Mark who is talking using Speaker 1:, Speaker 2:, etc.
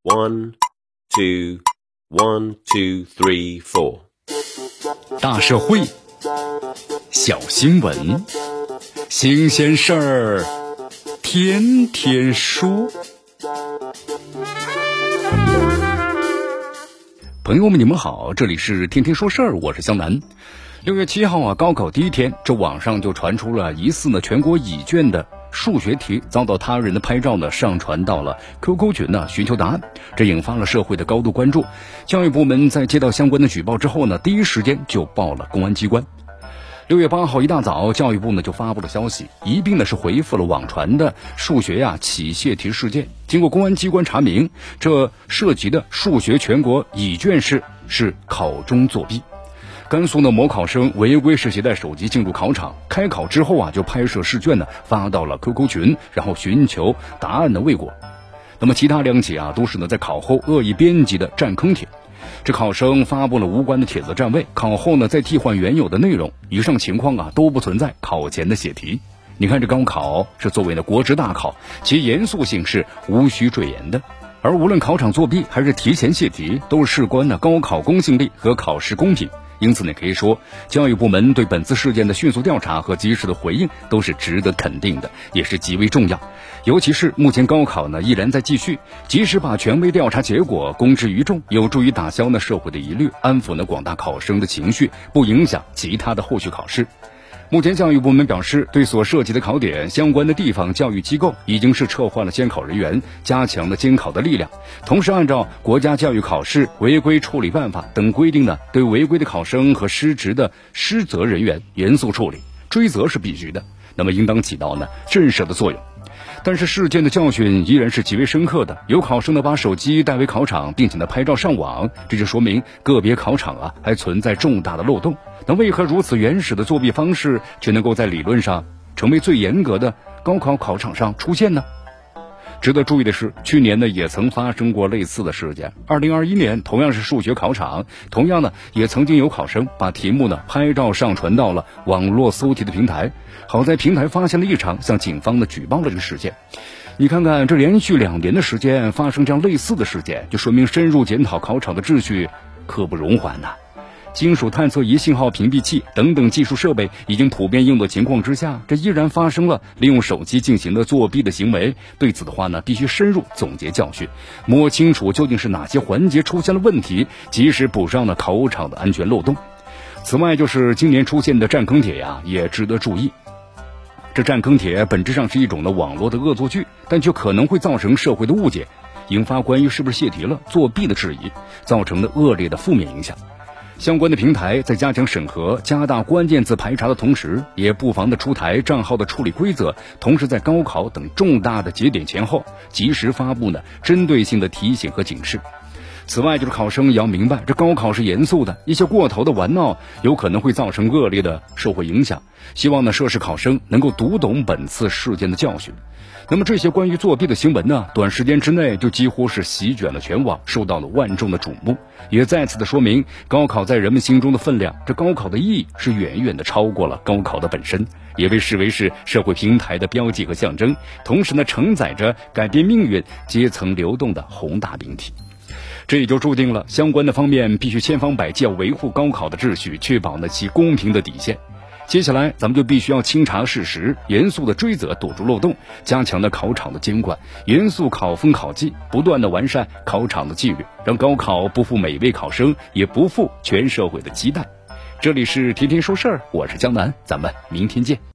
Speaker 1: One, two, 1, 2, 3, 4。
Speaker 2: 大社会，小新闻，新鲜事儿，天天说。朋友们，你们好，这里是天天说事儿，我是江南。6月7号高考第一天，这网上就传出了疑似全国乙卷的数学题遭到他人的拍照上传到了 QQ 群寻求答案，这引发了社会的高度关注。教育部门在接到相关的举报之后第一时间就报了公安机关。6月8号一大早，教育部就发布了消息，一并是回复了网传的数学起泄题事件。经过公安机关查明，这涉及的数学全国乙卷是考中作弊。甘肃某考生违规是携带手机进入考场，开考之后就拍摄试卷发到了 QQ 群，然后寻求答案的未果。那么其他2起都是在考后恶意编辑的占坑帖。这考生发布了无关的帖子占位，考后再替换原有的内容，以上情况都不存在考前的写题。你看这高考是作为国之大考，其严肃性是无需赘言的。而无论考场作弊还是提前泄题，都是事关高考公信力和考试公平。因此可以说教育部门对本次事件的迅速调查和及时的回应都是值得肯定的，也是极为重要。尤其是目前高考依然在继续，及时把权威调查结果公之于众，有助于打消社会的疑虑，安抚广大考生的情绪，不影响其他的后续考试。目前教育部门表示，对所涉及的考点，相关的地方教育机构已经是撤换了监考人员，加强了监考的力量，同时按照国家教育考试违规处理办法等规定对违规的考生和失职的失责人员严肃处理，追责是必须的，那么应当起到震慑的作用。但是事件的教训依然是极为深刻的，有考生把手机带回考场，并且拍照上网，这就说明个别考场还存在重大的漏洞。那为何如此原始的作弊方式却能够在理论上成为最严格的高考考场上出现呢？值得注意的是，去年也曾发生过类似的事件。2021年同样是数学考场，同样也曾经有考生把题目拍照上传到了网络搜题的平台，好在平台发现了异常，向警方举报了这个事件。你看看这连续2年的时间发生这样类似的事件，就说明深入检讨考场的秩序刻不容缓金属探测仪、信号屏蔽器等等技术设备已经普遍用的情况之下，这依然发生了利用手机进行的作弊的行为。对此的话必须深入总结教训，摸清楚究竟是哪些环节出现了问题，及时补上考场的安全漏洞。此外，就是今年出现的占坑帖也值得注意。这占坑帖本质上是一种网络的恶作剧，但却可能会造成社会的误解，引发关于是不是泄题了、作弊的质疑，造成的恶劣的负面影响。相关的平台在加强审核、加大关键字排查的同时，也不妨出台账号的处理规则，同时在高考等重大的节点前后及时发布针对性的提醒和警示。此外，就是考生也要明白，这高考是严肃的，一些过头的玩闹有可能会造成恶劣的社会影响。希望涉事考生能够读懂本次事件的教训。那么这些关于作弊的新闻短时间之内就几乎是席卷了全网，受到了万众的瞩目，也再次的说明高考在人们心中的分量。这高考的意义是远远的超过了高考的本身，也被视为是社会平台的标记和象征，同时承载着改变命运、阶层流动的宏大命题。这也就注定了相关的方面必须千方百计要维护高考的秩序，确保其公平的底线。接下来咱们就必须要清查事实，严肃的追责，堵住漏洞，加强考场的监管，严肃考风考纪，不断的完善考场的纪律，让高考不负每位考生，也不负全社会的期待。这里是天天说事儿，我是江南，咱们明天见。